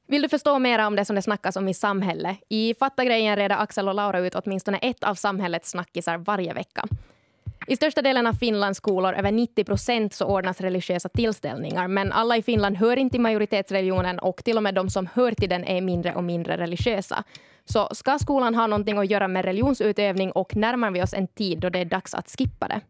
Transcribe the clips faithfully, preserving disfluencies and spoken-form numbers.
Vill du förstå mer om det som det snackas om i samhället? I Fatta grejen reder Axel och Laura ut åtminstone ett av samhällets snackisar varje vecka. I största delen av Finlands skolor, över nittio procent, så ordnas religiösa tillställningar. Men alla i Finland hör inte till majoritetsreligionen och till och med de som hör till den är mindre och mindre religiösa. Så ska skolan ha någonting att göra med religionsutövning och närmar vi oss en tid då det är dags att skippa det?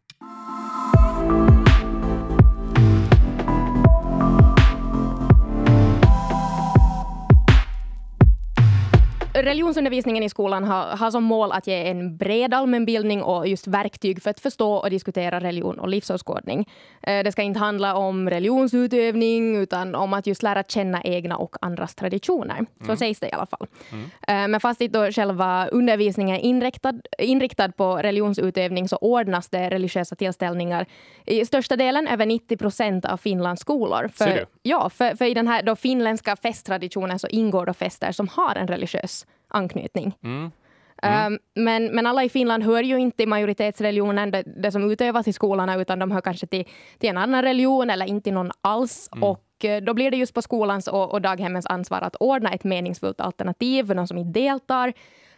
Religionsundervisningen i skolan har, har som mål att ge en bred allmänbildning och just verktyg för att förstå och diskutera religion och livsåskådning. Det ska inte handla om religionsutövning utan om att just lära känna egna och andras traditioner. Så mm. sägs det i alla fall. Mm. Men fast inte då själva undervisningen är inriktad, inriktad på religionsutövning så ordnas det religiösa tillställningar i största delen över nittio procent av Finlands skolor. För, ja, för, för i den här då finländska festtraditionen så ingår då fester som har en religiös anknytning. Mm. Mm. Um, men, men alla i Finland hör ju inte till majoritetsreligionen, det, det som utövas i skolorna, utan de hör kanske till, till en annan religion eller inte någon alls. Mm. Och uh, då blir det just på skolans och, och daghemmens ansvar att ordna ett meningsfullt alternativ för de som inte deltar.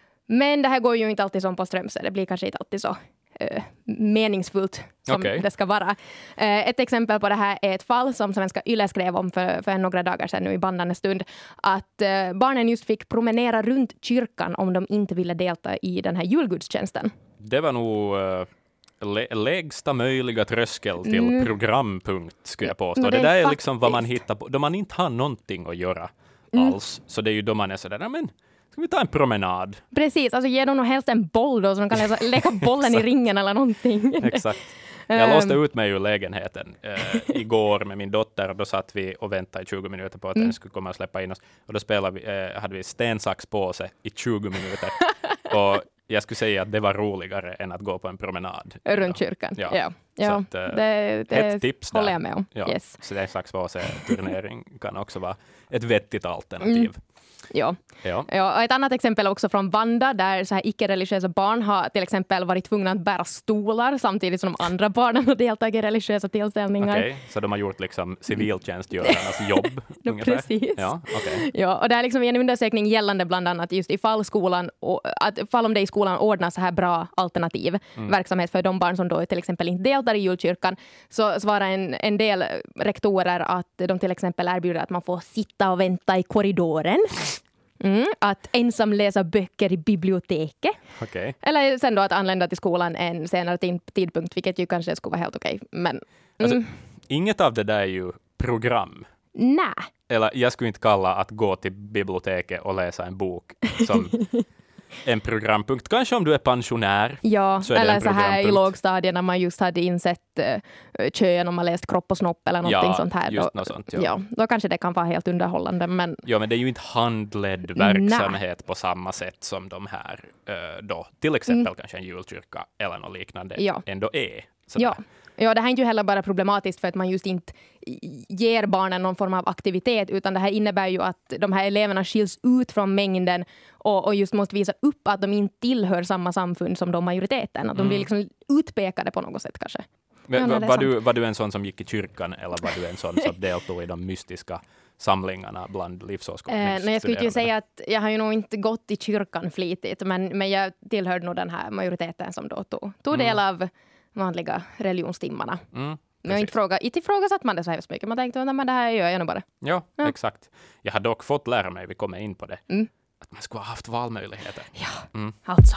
Men det här går ju inte alltid som på Strömsö. Det blir kanske inte alltid så Uh, meningsfullt som okay. det ska vara. Uh, ett exempel på det här är ett fall som Svenska Yle skrev om för, för några dagar sedan nu i bandande stund. Att uh, barnen just fick promenera runt kyrkan om de inte ville delta i den här julgudstjänsten. Det var nog uh, lä- lägsta möjliga tröskel till mm. programpunkt skulle jag påstå. Det, det där är faktiskt liksom vad man hittar på. Då man inte har någonting att göra mm. alls. Så det är ju då man är sådär, ja men ska vi ta en promenad? Precis, alltså ge dem nog helst en boll då så de kan läsa, leka bollen i ringen eller någonting. Exakt. Jag låste ut mig ur lägenheten eh, igår med min dotter och då satt vi och väntade i tjugo minuter på att mm. den skulle komma och släppa in oss. Och då spelade vi, eh, hade vi stensax på sig i tjugo minuter. Och jag skulle säga att det var roligare än att gå på en promenad. Runt kyrkan. Ja, ja. ja. Så att, eh, det, det ett tips där. Håller jag med om. Ja, yes. Stensax på sig turnering kan också vara ett vettigt alternativ. Mm. Ja. Ja. Ja, och ett annat exempel också från Vanda där så här icke-religiösa barn har till exempel varit tvungna att bära stolar samtidigt som de andra barnen har deltagit i religiösa tillställningar. Okej, okay, så de har gjort liksom civiltjänstgörarnas jobb. No, precis. Ja, okay. Ja, och det är liksom en undersökning gällande bland annat just ifall skolan, att ifall om det i skolan ordnas så här bra alternativ mm. verksamhet för de barn som då till exempel inte deltar i julkyrkan, så svarar en, en del rektorer att de till exempel erbjuder att man får sitta och vänta i korridoren. Mm, att ensam läsa böcker i biblioteket. Okay. Eller sen då att anlända till skolan en senare tidpunkt, vilket ju kanske skulle vara helt okej. Men, mm. alltså, inget av det där är ju program. Nej. Eller jag skulle inte kalla att gå till biblioteket och läsa en bok som en programpunkt. Kanske om du är pensionär. Ja, så är eller det en så här i lågstadien när man just hade insett uh, kön om man läst Kropp och snopp eller någonting ja, sånt här. Just då, något sånt, ja. ja, då kanske det kan vara helt underhållande. Men... Ja, men det är ju inte handledd verksamhet Nej. På samma sätt som de här uh, då. Till exempel mm. kanske en julkyrka eller något liknande ja. Ändå är. Ja. Ja, det här är ju heller bara problematiskt för att man just inte ger barnen någon form av aktivitet, utan det här innebär ju att de här eleverna skiljs ut från mängden och, och just måste visa upp att de inte tillhör samma samfund som de majoriteten. Att de blir liksom utpekade på något sätt kanske. Men, ja, var, du, var du en sån som gick i kyrkan eller var du en sån som deltog i de mystiska samlingarna bland livsåskådningsstuderande? Eh, jag skulle ju säga att jag har ju nog inte gått i kyrkan flitigt, men, men jag tillhörde nog den här majoriteten som då tog, tog mm. del av vanliga religionstimmarna. Mm, men jag inte, fråga, inte ifrågasatt man det så här mycket. Man tänkte att det här gör jag nog bara. Ja, ja, exakt. Jag har dock fått lära mig, vi kommer in på det, mm. att man skulle ha haft valmöjligheter. Ja, mm. alltså.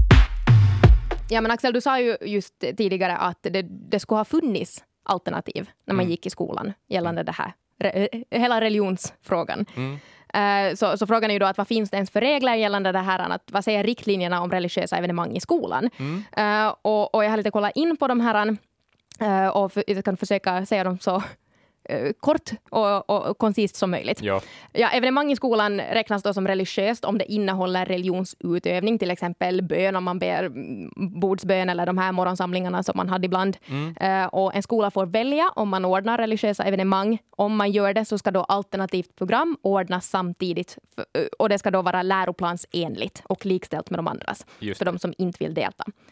Ja, men Axel, du sa ju just tidigare att det, det skulle ha funnits alternativ när man mm. gick i skolan gällande det här. Re, hela religionsfrågan. Mm. Uh, så, så frågan är ju då att vad finns det ens för regler gällande det här, att vad säger riktlinjerna om religiösa evenemang i skolan? Mm. Uh, och, och jag har lite kollat in på de här uh, och för, jag kan försöka säga dem så uh, kort och, och, och koncist som möjligt. Ja. Ja, evenemang i skolan räknas då som religiöst om det innehåller religionsutövning, till exempel bön om man ber bordsbön eller de här morgonsamlingarna som man hade ibland. Mm. Uh, och en skola får välja om man ordnar religiösa evenemang. Om man gör det så ska då alternativt program ordnas samtidigt för, och det ska då vara läroplansenligt och likställt med de andras för de som inte vill delta. Mm.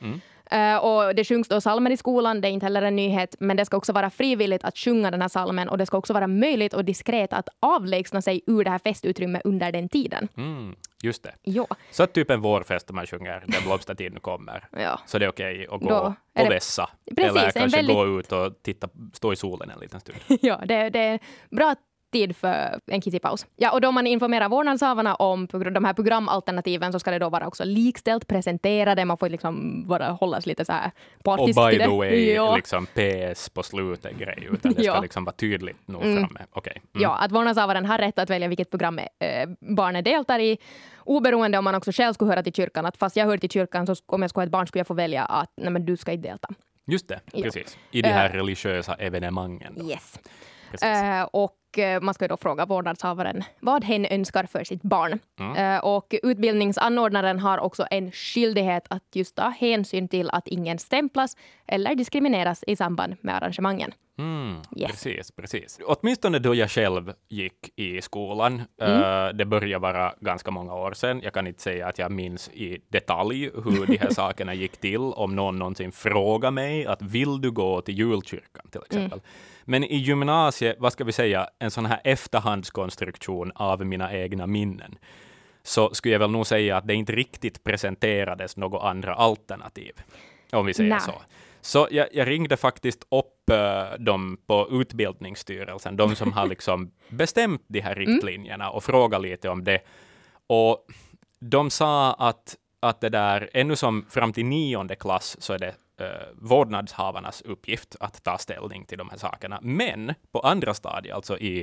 Uh, och det sjungs då psalmer i skolan, det är inte heller en nyhet, men det ska också vara frivilligt att sjunga den här psalmen och det ska också vara möjligt och diskret att avlägsna sig ur det här festutrymmet under den tiden. Mm, just det. Ja. Så att typ en vårfest man sjunger när blomstertiden kommer. Ja. Så det är okej att gå Då är och det- vässa. Precis, eller en kanske väldigt- gå ut och titta, stå i solen en liten stund. Ja, det, det är bra tid för en kissipaus. Ja, och då man informerar vårdnadshavarna om progr- de här programalternativen så ska det då vara också likställt presenterade. Man får liksom bara hållas lite så här partisk Och by till the det. way, Ja. liksom P S på slutet grej, utan det ska Ja. liksom vara tydligt nog Mm. framme. Okej. Mm. Ja, att vårdnadshavaren har rätt att välja vilket program eh, barnet deltar i, oberoende om man också själv skulle höra till kyrkan. Att fast jag hör till kyrkan så sk- om jag skulle ha ett barn skulle jag få välja att nej, men du ska inte delta. Just det, Ja. precis. I de här Eh. religiösa evenemangen. Då. Yes. Precis. Eh, och eh, man ska ju då fråga vårdnadshavaren vad hen önskar för sitt barn. Mm. Eh, och utbildningsanordnaren har också en skyldighet att just ta hänsyn till att ingen stämplas eller diskrimineras i samband med arrangemangen. Mm, Yes. Precis, precis. Åtminstone då jag själv gick i skolan. Mm. eh, det börjar vara ganska många år sedan. Jag kan inte säga att jag minns i detalj hur de här sakerna gick till. Om någon någonsin frågar mig att vill du gå till julkyrkan till exempel. Men i gymnasiet, vad ska vi säga, en sån här efterhandskonstruktion av mina egna minnen, så skulle jag väl nog säga att det inte riktigt presenterades några andra alternativ. Om vi säger Nej. så. Så jag, jag ringde faktiskt upp uh, dem på utbildningsstyrelsen, de som har liksom bestämt de här riktlinjerna och frågat lite om det. Och de sa att, att det där, ännu som fram till nionde klass så är det uh, vårdnadshavarnas uppgift att ta ställning till de här sakerna. Men på andra stadier, alltså i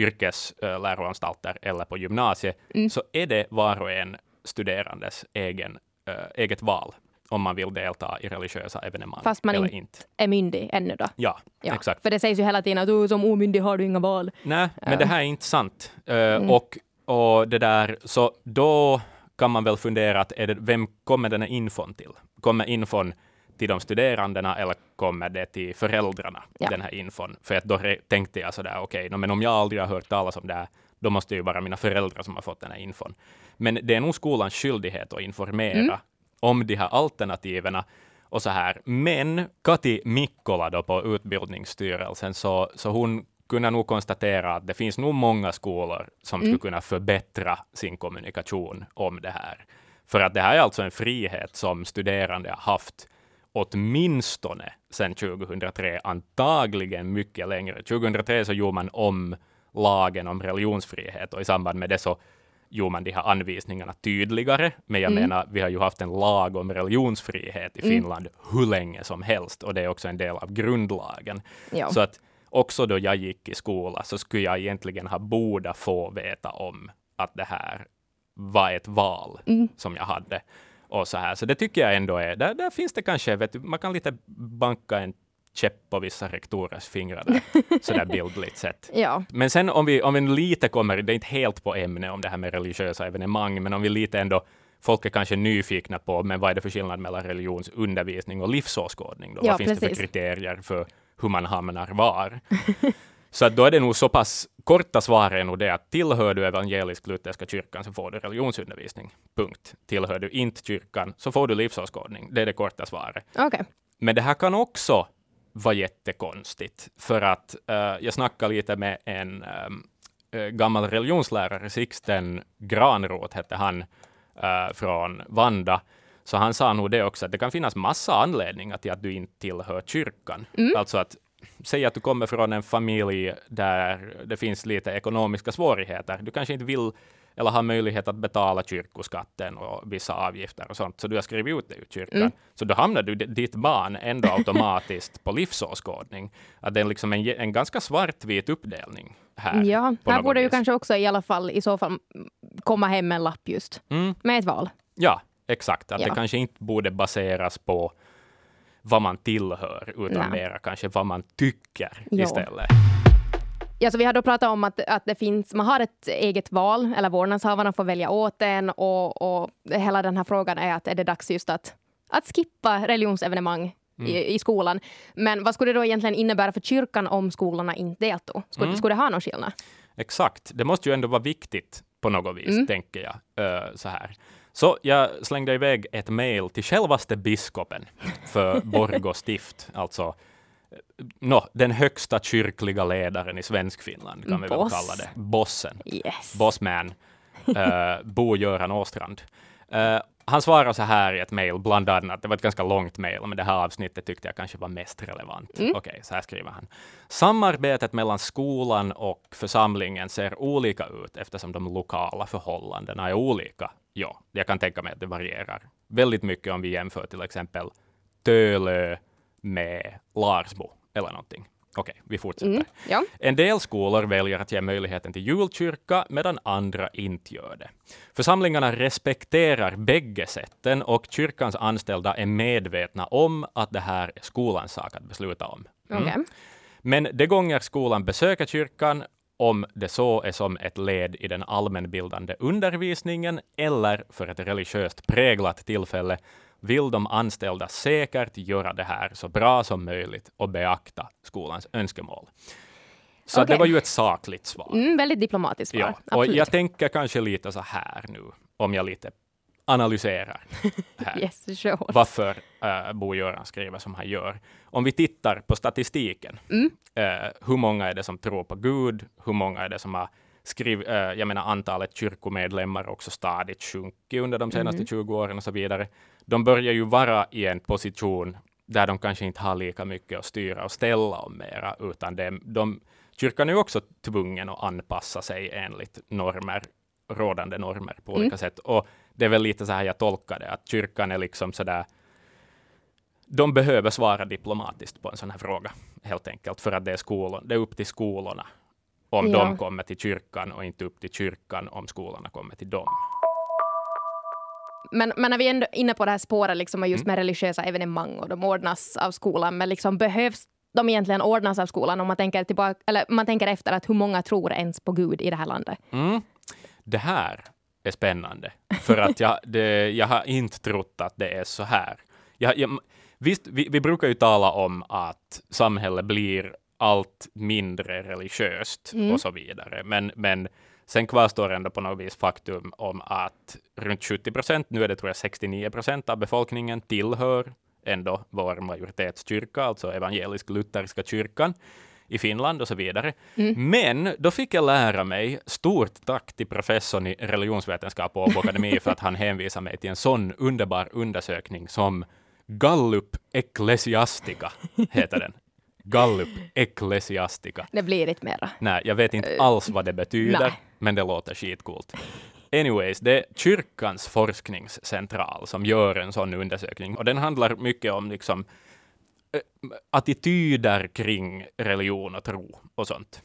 yrkesläroanstalter eller på gymnasiet, Mm. så är det var och en studerandes egen, uh, eget val om man vill delta i religiösa evenemang Fast man eller inte- inte. Är myndig ännu då? Ja, Ja. exakt. För det sägs ju hela tiden att du som omyndig har du inga val. Nej, men Ja. det här är inte sant. Uh, Mm. och, och det där, så då kan man väl fundera att är det, vem kommer den här infon till? Kommer infon till de studerandena eller kommer det till föräldrarna, Ja. den här infon? För att då re- tänkte jag sådär, okej, okay, men om jag aldrig har hört talas om det här, då måste det ju vara mina föräldrar som har fått den här infon. Men det är nog skolans skyldighet att informera Mm. om de här alternativen och så här. Men Kati Mikkola då på utbildningsstyrelsen, så, så hon kunde nog konstatera att det finns nog många skolor som Mm. skulle kunna förbättra sin kommunikation om det här. För att det här är alltså en frihet som studerande har haft åtminstone sedan tjugohundratre, antagligen mycket längre. tjugohundratre så gjorde man om lagen om religionsfrihet och i samband med det så gjorde man de här anvisningarna tydligare. Men jag Mm. menar, vi har ju haft en lag om religionsfrihet i Mm. Finland hur länge som helst och det är också en del av grundlagen. Ja. Så att också då jag gick i skola så skulle jag egentligen ha borde få veta om att det här var ett val Mm. som jag hade. Och så här. Så det tycker jag ändå är, där, där finns det kanske, vet du, man kan lite banka en käpp på vissa rektorers fingrar där, så där bildligt sett. Ja. Men sen om vi, om vi lite kommer, det är inte helt på ämne om det här med religiösa evenemang, men om vi lite ändå, folk är kanske nyfikna på, men vad är det för skillnad mellan religionsundervisning och livsåskådning då? Ja, Vad finns det precis. för kriterier för hur man hamnar var? Så att då är det nog så pass, korta svar är nog det att tillhör du evangelisk-lutherska kyrkan så får du religionsundervisning. Punkt. Tillhör du inte kyrkan så får du livsåskådning. Det är det korta svaret. Okej. Men det här kan också vara jättekonstigt, för att uh, jag snackade lite med en um, uh, gammal religionslärare, Sixten Granroth hette han, uh, från Vanda. Så han sa nog det också, att det kan finnas massa anledningar till att du inte tillhör kyrkan. Mm. Alltså att säg att du kommer från en familj där det finns lite ekonomiska svårigheter. Du kanske inte vill eller har möjlighet att betala kyrkoskatten och vissa avgifter och sånt, så du har skrivit ut det ur kyrkan. Mm. Så då hamnar du, ditt barn ändå automatiskt på livsåskådning. Att det är liksom en, en ganska svartvit uppdelning här. Ja, på här något borde ju vis. kanske också i alla fall i så fall komma hem en lapp just Mm. med ett val. Ja, exakt. Att Ja. det kanske inte borde baseras på vad man tillhör, utan Nej. mera kanske vad man tycker Ja. istället. Ja, så vi har då pratat om att, att det finns, man har ett eget val, eller vårdnadshavarna får välja åt en, och, och hela den här frågan är att är det dags just att, att skippa religionsevenemang Mm. i, i skolan. Men vad skulle det då egentligen innebära för kyrkan om skolorna inte deltog? Skulle, Mm. skulle det ha någon skillnad? Exakt. Det måste ju ändå vara viktigt på något vis, Mm. tänker jag. Uh, så här. Så jag slängde iväg ett mejl till självaste biskopen för Borgå stift, alltså no, den högsta kyrkliga ledaren i svensk Finland kan vi Boss. väl kalla det. Bossen. Yes. Bossman. Uh, Bo-Göran Åstrand. Uh, han svarar så här i ett mejl, bland annat, det var ett ganska långt mejl, men det här avsnittet tyckte jag kanske var mest relevant. Mm. Okej, okay, så här skriver han. Samarbetet mellan skolan och församlingen ser olika ut eftersom de lokala förhållandena är olika. Ja, jag kan tänka mig att det varierar väldigt mycket om vi jämför till exempel Tölö med Larsbo eller någonting. Okej, okay, vi fortsätter. Mm, ja. En del skolor väljer att ge möjligheten till julkyrka medan andra inte gör det. Församlingarna respekterar bägge sätten och kyrkans anställda är medvetna om att det här är skolans sak att besluta om. Mm. Okay. Men de gånger skolan besöker kyrkan, om det så är som ett led i den allmänbildande undervisningen eller för ett religiöst präglat tillfälle, vill de anställda säkert göra det här så bra som möjligt och beakta skolans önskemål. Så okay. det var ju ett sakligt svar. Mm, väldigt diplomatiskt svar. Ja. Och jag tänker kanske lite så här nu, om jag lite analyserar här. Yes, sure. Varför uh, Bo-Göran skriver som han gör. Om vi tittar på statistiken, mm. uh, hur många är det som tror på Gud? Hur många är det som har skrivit, uh, jag menar antalet kyrkomedlemmar också stadigt sjunkit under de senaste mm. tjugo åren och så vidare. De börjar ju vara i en position där de kanske inte har lika mycket att styra och ställa om mera, utan de, de, kyrkan är ju också tvungen att anpassa sig enligt normer, rådande normer på olika mm. sätt. Och det är väl lite så här jag tolkar det, att kyrkan är liksom så där, de behöver svara diplomatiskt på en sån här fråga, helt enkelt, för att det är, skolor, det är upp till skolorna om ja. de kommer till kyrkan och inte upp till kyrkan om skolorna kommer till dem. Men, men när vi är ändå inne på det här spåret liksom, och just med mm. religiösa evenemang och de ordnas av skolan, men liksom, behövs de egentligen ordnas av skolan om man tänker, tillbaka, eller man tänker efter att hur många tror ens på Gud i det här landet? Mm. Det här är spännande, för att jag, det, jag har inte trott att det är så här. Jag, jag, visst, vi, vi brukar ju tala om att samhället blir allt mindre religiöst mm. och så vidare, men, men sen kvarstår ändå på något vis faktum om att runt sjuttio procent, nu är det tror jag sextionio procent av befolkningen tillhör ändå vår majoritetskyrka, alltså evangelisk-lutherska kyrkan i Finland och så vidare. Mm. Men då fick jag lära mig, stort tack till professorn i religionsvetenskap på Åbo Akademi för att han hänvisar mig till en sån underbar undersökning som Gallup Ecclesiastica heter den. Gallup Ecclesiastica. Det blir inte mera. Nej, jag vet inte alls vad det betyder, uh, men det låter skitcoolt. Anyways, det är kyrkans forskningscentral som gör en sån undersökning. Och den handlar mycket om liksom, äh, attityder kring religion och tro och sånt.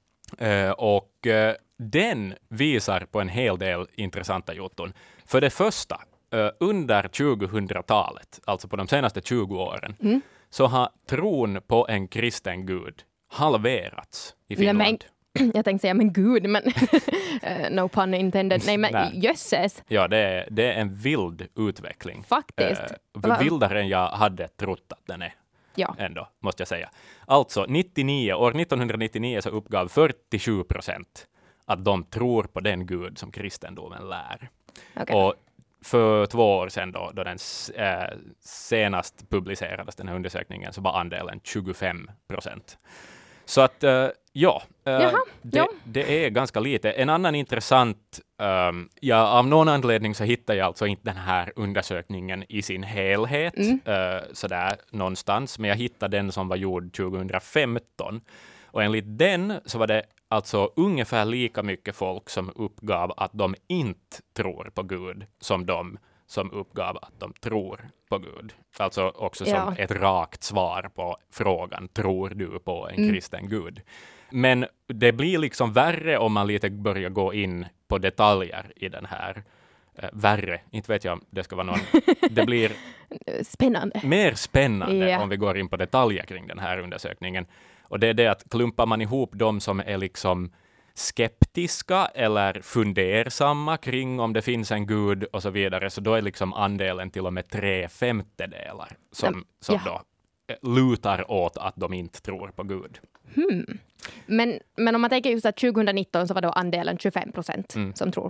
Äh, och äh, den visar på en hel del intressanta jutton. För det första, äh, under tjugohundratalet, alltså på de senaste tjugo åren, mm. så har tron på en kristen gud halverats i Finland. Nej, men, jag tänkte säga, men gud, men uh, no pun intended. Nej, men Nej. jösses. Ja, det är, det är en vild utveckling. Faktiskt. Uh, vildare än jag hade trott att den är. Ja. Ändå, måste jag säga. Alltså, nittionio, år nittonhundranittionio så uppgav fyrtiosju procent att de tror på den gud som kristendomen lär. Okay. Och för två år sedan då, då den äh, senast publicerades den här undersökningen, så var andelen tjugofem procent. Så att äh, ja, äh, Jaha, det, ja, det är ganska lite. En annan intressant, ähm, ja, av någon anledning så hittar jag alltså inte den här undersökningen i sin helhet mm. äh, sådär någonstans, men jag hittade den som var gjord tjugohundrafemton. Och enligt den så var det alltså ungefär lika mycket folk som uppgav att de inte tror på Gud som de som uppgav att de tror på Gud. Alltså också som ja. ett rakt svar på frågan, tror du på en mm. kristen Gud? Men det blir liksom värre om man lite börjar gå in på detaljer i den här. Uh, värre, inte vet jag om det ska vara någon. Det blir spännande. mer spännande yeah. om vi går in på detaljer kring den här undersökningen. Och det är det att klumpar man ihop de som är liksom skeptiska eller fundersamma kring om det finns en gud och så vidare, så då är liksom andelen till och med tre femtedelar som, mm. som ja. då lutar åt att de inte tror på Gud. Hmm. Men, men om man tänker just att tjugohundranitton så var då andelen tjugofem procent mm. som tror på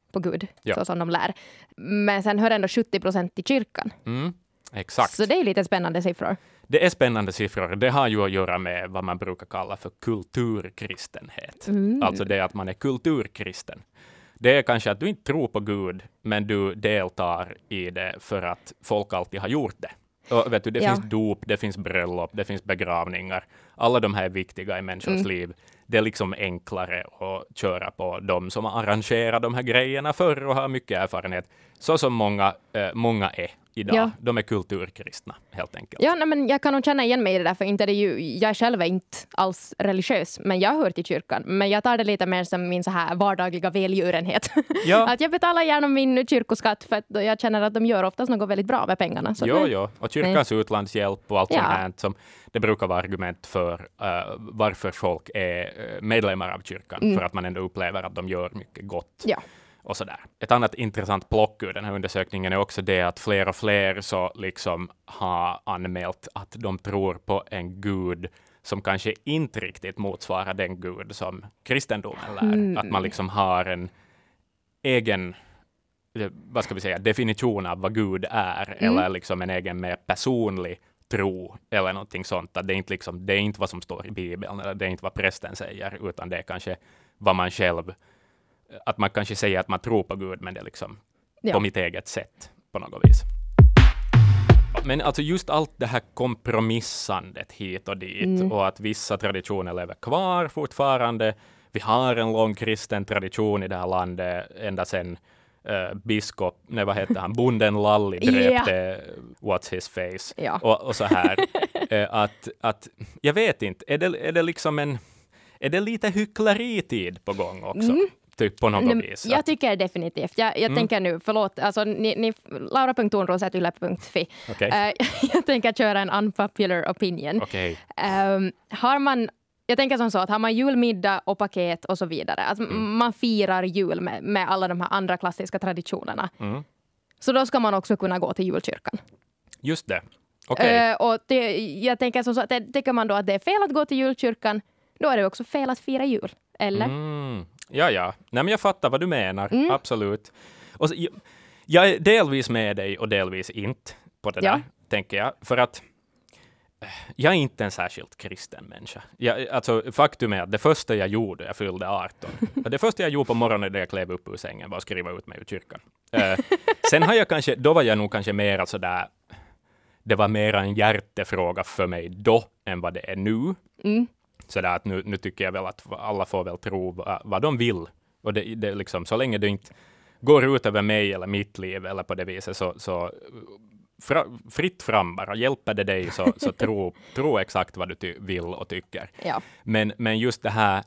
på Gud, ja. så som de lär. Men sen hör ändå sjuttio procent till kyrkan. Mm, exakt. Så det är lite spännande siffror. Det är spännande siffror. Det har ju att göra med vad man brukar kalla för kulturkristenhet. Mm. Alltså det att man är kulturkristen. Det är kanske att du inte tror på Gud, men du deltar i det för att folk alltid har gjort det. Och vet du, det ja. finns dop, det finns bröllop, det finns begravningar. Alla de här är viktiga i människors mm. liv. Det är liksom enklare att köra på de som har arrangerat de här grejerna förr och har mycket erfarenhet. Så som många, eh, många är idag. Ja. De är kulturkristna, helt enkelt. Ja, nej, men jag kan nog känna igen mig i det där, för inte är det ju, jag själv är inte alls religiös, men jag hör till kyrkan. Men jag tar det lite mer som min så här vardagliga välgörenhet. Ja. Att jag betalar gärna min kyrkoskatt för att jag känner att de gör oftast något väldigt bra med pengarna. Så jo, det, jo. Och kyrkans nej. utlandshjälp och allt ja. sånt här som det brukar vara argument för uh, varför folk är medlemmar av kyrkan. Mm. För att man ändå upplever att de gör mycket gott. Ja. Och så där. Ett annat intressant plock ur den här undersökningen är också det att fler och fler så liksom har anmält att de tror på en gud som kanske inte riktigt motsvarar den gud som kristendomen lär. Mm. Att man liksom har en egen, vad ska vi säga, definition av vad Gud är, mm. eller liksom en egen mer personlig tro eller någonting sånt. Att det är inte liksom, det är inte vad som står i Bibeln, eller det är inte vad prästen säger, utan det är kanske vad man själv, att man kanske säger att man tror på Gud, men det är liksom ja. på mitt eget sätt på något vis. Men alltså just allt det här kompromissandet hit och dit, mm. och att vissa traditioner lever kvar fortfarande. Vi har en lång kristen tradition i det här landet ända sedan uh, biskop, nej vad heter han, bonden Lalli dräpte yeah. What's his face ja. och, och så här. uh, att, att, jag vet inte, är det, är det liksom en, är det lite hyckleritid på gång också? Mm. Typ på något Nej, vis. Jag tycker definitivt. Jag, jag mm. tänker nu, förlåt, alltså ni, ni laura punkt tornros at yle punkt fi. Okay. Uh, jag tänker köra en unpopular opinion. Okay. Um, har man, jag tänker som så att har man julmiddag och paket och så vidare, alltså mm. man firar jul med, med alla de här andra klassiska traditionerna. Mm. Så då ska man också kunna gå till julkyrkan. Just det. Okay. Uh, och det, jag tänker som så att det, tycker man då att det är fel att gå till julkyrkan, då är det också fel att fira jul. Eller? Mm. Ja, ja. Nej, men jag fattar vad du menar. Mm. Absolut. Och så, jag, jag är delvis med dig och delvis inte på det ja. där, tänker jag. För att jag är inte en särskilt kristen människa. Jag, alltså, faktum är att det första jag gjorde, jag fyllde arton. Det första jag gjorde på morgonen när jag klev upp ur sängen var att skriva ut mig ur kyrkan. Uh, sen har jag kanske, då var jag nog kanske mera sådär, det var mera en hjärtefråga för mig då än vad det är nu. Mm. Så där att nu, nu tycker jag väl att alla får väl tro vad, vad de vill. Och det, det liksom, så länge det inte går ut över mig eller mitt liv eller på det viset så, så fra, fritt fram bara. Hjälper det dig så, så tro, tro exakt vad du ty, vill och tycker. Ja. Men, men just det här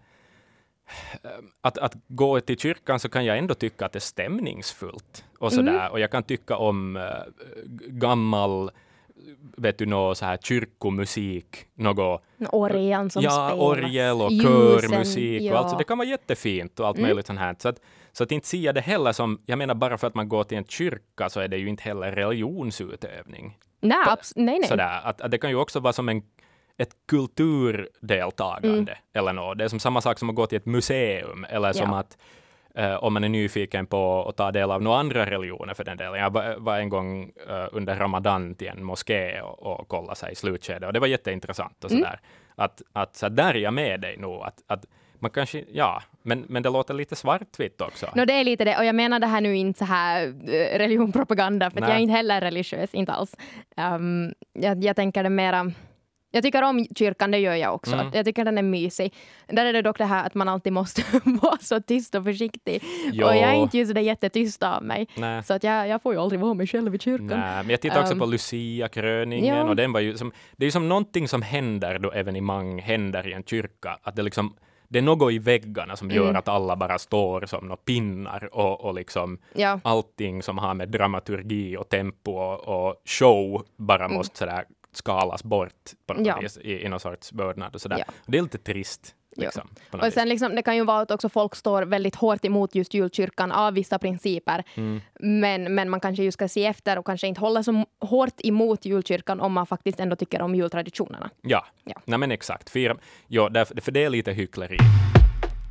att, att gå till kyrkan så kan jag ändå tycka att det är stämningsfullt. Och, så mm. där. Och jag kan tycka om äh, gammal vet du, något så här kyrkomusik, något orgel som ja, spelas. orgel och körmusik ja. och allt. Så det kan vara jättefint och allt mm. möjligt sånt här. Så att, så att inte ser jag det heller som, jag menar bara för att man går till en kyrka så är det ju inte heller religionsutövning. Nej, abs- nej, nej. Sådär, att, att det kan ju också vara som en, ett kulturdeltagande mm. eller något. Det är som samma sak som att gå till ett museum eller som ja. att Uh, om man är nyfiken på att ta del av några andra religioner för den delen. Jag var, var en gång uh, under Ramadan till en moské och, och kollade sig i slutskedet och det var jätteintressant och mm. sådär. Att, att så där är jag med dig nu. Att, att man kanske, ja, men, men det låter lite svartvitt också. No, det är lite det, och jag menar det här nu inte så här uh, religionpropaganda, för jag är inte heller religiös, inte alls. Um, jag, jag tänker det mera... Jag tycker om kyrkan, det gör jag också. Mm. Jag tycker den är mysig. Där är det dock det här att man alltid måste vara så tyst och försiktig. Jo. Och jag är inte just det jättetyst av mig. Nä. Så att jag, jag får ju aldrig vara mig själv i kyrkan. Nej, men jag tittar också um, på Lucia-kröningen. Ja. Och den var ju som, det är ju som någonting som händer då evenemang händer i en kyrka. Att det liksom... Det är något i väggarna som gör mm. att alla bara står som några pinnar och, och liksom ja. allting som har med dramaturgi och tempo och, och show bara mm. måste sådär skalas bort på något ja. vis i, i någon sorts vördnad och sådär. Ja. Det är lite trist. Liksom, och sen liksom, det kan ju vara att också folk står väldigt hårt emot just julkyrkan av vissa principer. Mm. Men, men man kanske ju ska se efter och kanske inte hålla så hårt emot julkyrkan om man faktiskt ändå tycker om jultraditionerna. Ja, ja. Nej, men exakt. För, ja, därför, för det är lite hyckleri.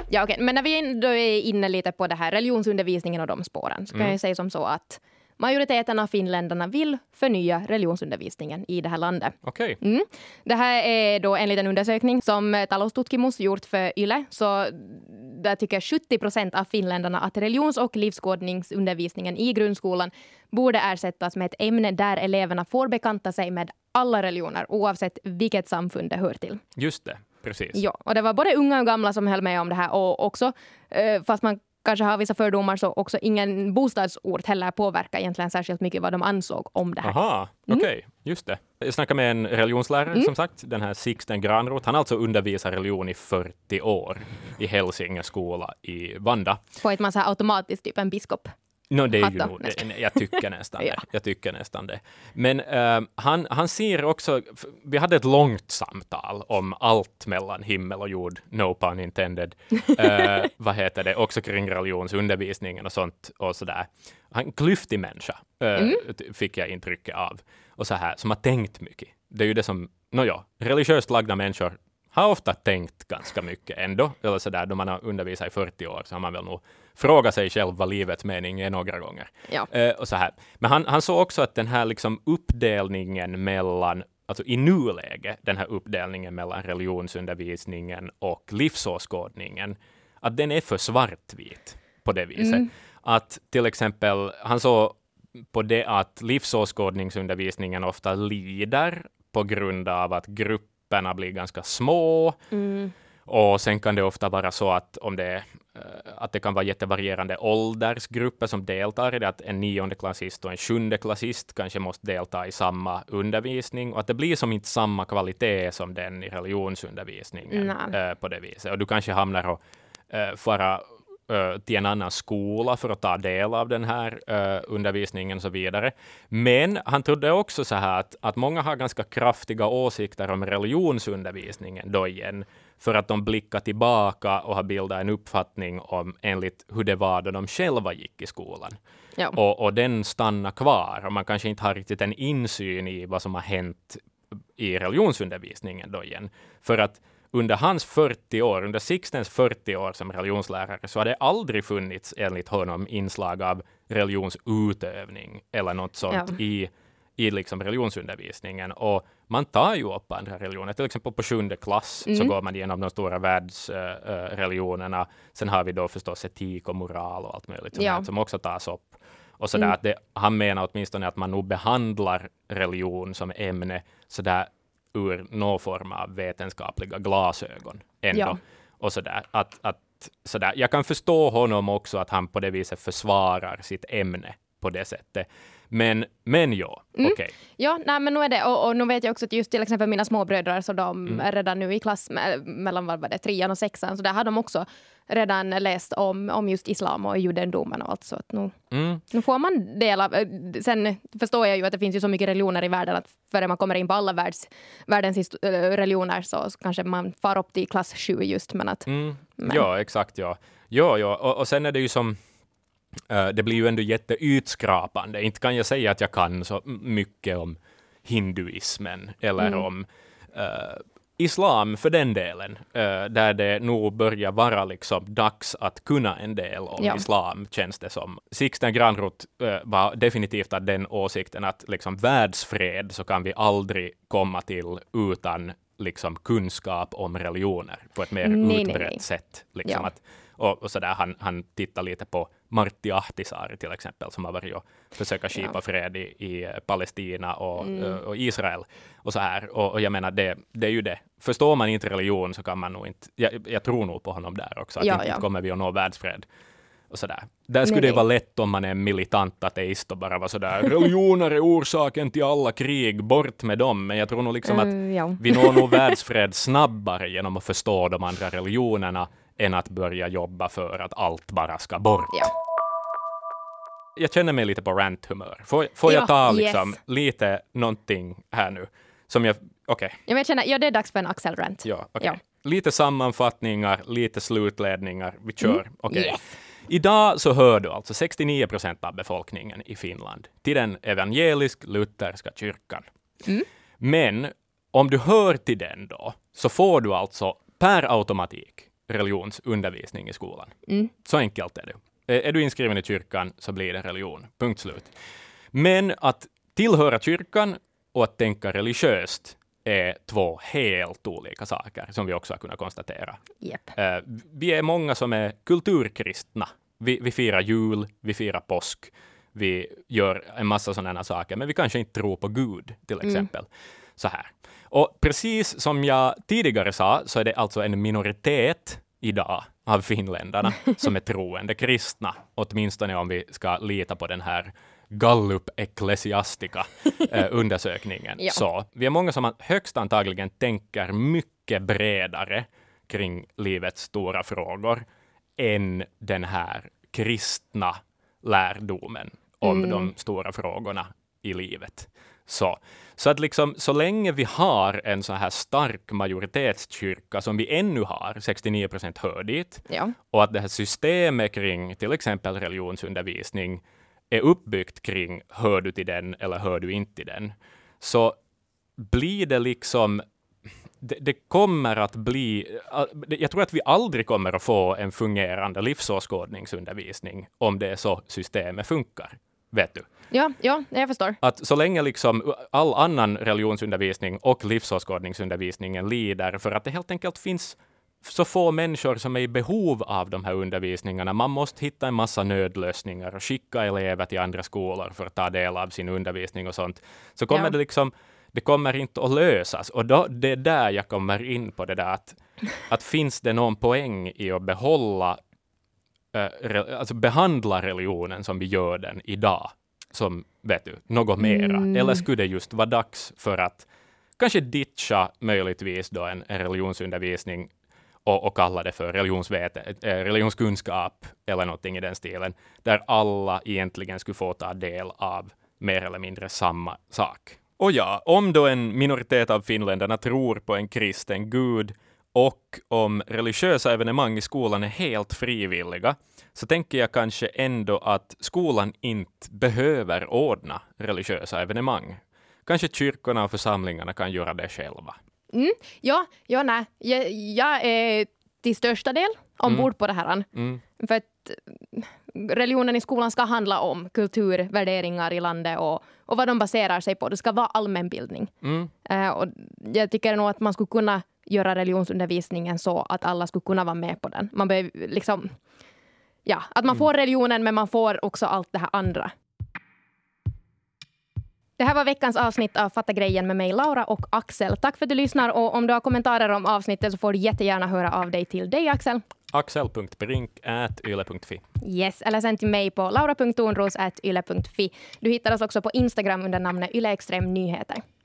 Ja, okej. Men när vi ändå är inne lite på det här religionsundervisningen och de spåren så kan mm. jag säga som så att majoriteten av finländarna vill förnya religionsundervisningen i det här landet. Okej. Okay. Mm. Det här är då en liten undersökning som Taloustutkimus gjort för Yle. Så där tycker sjuttio procent av finländarna att religions- och livsåskådningsundervisningen i grundskolan borde ersättas med ett ämne där eleverna får bekanta sig med alla religioner oavsett vilket samfund det hör till. Just det, precis. Ja, och det var både unga och gamla som höll med om det här och också, fast man kanske har vissa fördomar så också ingen bostadsort heller påverkar egentligen särskilt mycket vad de ansåg om det här. Aha, okej, okay. mm. just det. Jag snackade med en religionslärare mm. som sagt, den här Sixten Granroth. Han alltså undervisar religion i fyrtio år i Hälsinge skola i Vanda. Får ett man så här automatiskt typ en biskop? No, det är ju nog, det, jag tycker nästan ja. det. Jag tycker nästan det. Men uh, han, han ser också, vi hade ett långt samtal om allt mellan himmel och jord, no pun intended. Uh, vad heter det? Också kring religionsundervisningen och sånt och sådär. En klyftig människa uh, mm. fick jag intrycket av. Och så här, som har tänkt mycket. Det är ju det som, no ja, religiöst lagda människor har ofta tänkt ganska mycket ändå. Eller så där, då man har undervisat i fyrtio år så har man väl nog frågat sig själv vad livets mening är några gånger. Ja. Eh, och så här. Men han, han såg också att den här liksom uppdelningen mellan, alltså i nuläge, den här uppdelningen mellan religionsundervisningen och livsåskådningen, att den är för svartvit på det viset. Mm. Att till exempel, han såg på det att livsåskådningsundervisningen ofta lider på grund av att grupperna blir ganska små. Mm. Och sen kan det ofta vara så att om det, att det kan vara jättevarierande åldersgrupper som deltar i det, att en niondeklassist och en sjundeklassist kanske måste delta i samma undervisning och att det blir som inte samma kvalitet som den i religionsundervisningen äh, på det viset. Och du kanske hamnar och äh, fara till en annan skola för att ta del av den här uh, undervisningen och så vidare. Men han trodde också så här att, att många har ganska kraftiga åsikter om religionsundervisningen då igen, för att de blickar tillbaka och har bildat en uppfattning om enligt hur det var då de själva gick i skolan. Ja. Och, och den stannar kvar och man kanske inte har riktigt en insyn i vad som har hänt i religionsundervisningen då igen. För att under hans fyrtio år, under Sixtens fyrtio år som religionslärare så har det aldrig funnits enligt honom inslag av religionsutövning eller något sånt ja. i, i liksom religionsundervisningen. Och man tar ju upp andra religioner. Till exempel på sjunde klass mm. så går man igenom de stora världsreligionerna. Uh, Sen har vi då förstås etik och moral och allt möjligt som, ja. som också tas upp. Och sådär, mm. att det, han menar åtminstone att man nog behandlar religion som ämne sådär ur någon form av vetenskapliga glasögon ändå. Ja. Och sådär, att, att, sådär. Jag kan förstå honom också att han på det viset försvarar sitt ämne på det sättet. Men, men ja, mm. okej. Okay. Ja, nej, men nu är det. Och, och nu vet jag också att just till exempel mina småbröder, så de mm. är redan nu i klass med, mellan vad var det, trean och sexan. Så där har de också redan läst om, om just islam och judendomen och allt. Så att nu, mm. nu får man dela. Sen förstår jag ju att det finns ju så mycket religioner i världen att före man kommer in på alla världs, världens religioner så, så kanske man far upp till klass sju just. Men att, mm. men. Ja, exakt. Ja, ja, ja. Och, och sen är det ju som Uh, det blir ju ändå jätteytskrapande. Inte kan jag säga att jag kan så mycket om hinduismen eller mm. om uh, islam för den delen. Uh, där det nog börjar vara liksom dags att kunna en del om ja. islam, känns det som. Sixten Granroth uh, var definitivt av den åsikten att liksom världsfred så kan vi aldrig komma till utan liksom kunskap om religioner på ett mer nej, utbrett nej, nej. sätt. Liksom ja. att Och, och så där, han, han tittar lite på Martti Ahtisaari till exempel, som har varit och försöka skipa ja. fred i, i Palestina och, mm. och Israel. Och så här. Och, och jag menar, det, det är ju det. Förstår man inte religion så kan man nog inte, jag, jag tror nog på honom där också, att ja, inte ja. kommer vi att nå världsfred. Och så där. Där skulle nej, det vara lätt om man är en militant ateist och bara vara sådär, religioner är orsaken till alla krig, bort med dem. Men jag tror nog liksom att uh, ja. vi når nog världsfred snabbare genom att förstå de andra religionerna än att börja jobba för att allt bara ska bort. Ja. Jag känner mig lite på ranthumör. Får, får jag ja, ta liksom yes. lite någonting här nu? Som jag, okej. Okay. Ja, jag känner, ja, det är dags för en axelrant. Ja, okay. ja. Lite sammanfattningar, lite slutledningar. Vi kör. Mm. Okay. Yes. Idag så hör du alltså sextionio procent av befolkningen i Finland till den evangelisk-lutherska kyrkan. Mm. Men om du hör till den då så får du alltså per automatik religionsundervisning i skolan. Mm. Så enkelt är det. Är, är du inskriven i kyrkan så blir det religion. Punkt slut. Men att tillhöra kyrkan och att tänka religiöst är två helt olika saker som vi också har kunnat konstatera. Yep. Uh, vi är många som är kulturkristna. Vi, vi firar jul, vi firar påsk, vi gör en massa sådana saker, men vi kanske inte tror på Gud till exempel. Mm. Så här. Och precis som jag tidigare sa så är det alltså en minoritet idag av finländarna som är troende kristna, åtminstone om vi ska lita på den här Gallup Ecclesiastica eh, undersökningen. Ja. Så vi är många som högst antagligen tänker mycket bredare kring livets stora frågor än den här kristna lärdomen om mm. de stora frågorna i livet. Så, så att liksom, så länge vi har en så här stark majoritetskyrka som vi ännu har, sextionio procent hör dit, ja. Och att det här systemet kring till exempel religionsundervisning är uppbyggt kring hör du till den eller hör du inte till den, så blir det liksom det, det kommer att bli, jag tror att vi aldrig kommer att få en fungerande livsåskådningsundervisning om det är så systemet funkar. Vet du? Ja, ja, jag förstår. Att så länge liksom all annan religionsundervisning och livsåskådningsundervisningen lider för att det helt enkelt finns så få människor som är i behov av de här undervisningarna. Man måste hitta en massa nödlösningar och skicka elever till andra skolor för att ta del av sin undervisning och sånt. Så kommer ja. det liksom, det kommer inte att lösas. Och då, det är där jag kommer in på det där att, att finns det någon poäng i att behålla alltså behandla religionen som vi gör den idag, som, vet du, något mera. Mm. Eller skulle det just vara dags för att kanske ditcha möjligtvis då en, en religionsundervisning och, och kalla det för religionsvete, äh, religionskunskap eller någonting i den stilen, där alla egentligen skulle få ta del av mer eller mindre samma sak. Och ja, om då en minoritet av finländarna tror på en kristen gud och om religiösa evenemang i skolan är helt frivilliga, så tänker jag kanske ändå att skolan inte behöver ordna religiösa evenemang. Kanske kyrkorna och församlingarna kan göra det själva. Mm, ja, ja, nej. Jag, jag är till största del ombord mm. på det här. Mm. För att religionen i skolan ska handla om kultur, värderingar i landet och, och vad de baserar sig på. Det ska vara allmänbildning. Mm. Uh, och jag tycker nog att man skulle kunna göra religionsundervisningen så att alla skulle kunna vara med på den. Man behöver liksom, ja, att man får religionen men man får också allt det här andra. Det här var veckans avsnitt av Fatta grejen med mig, Laura och Axel. Tack för att du lyssnar, och om du har kommentarer om avsnittet så får du jättegärna höra av dig till dig, Axel. axel punkt brink at yle punkt fi. Yes, eller sen till mig på laura punkt tornros at yle punkt fi. Du hittar oss också på Instagram under namnet Yle Extrem Nyheter.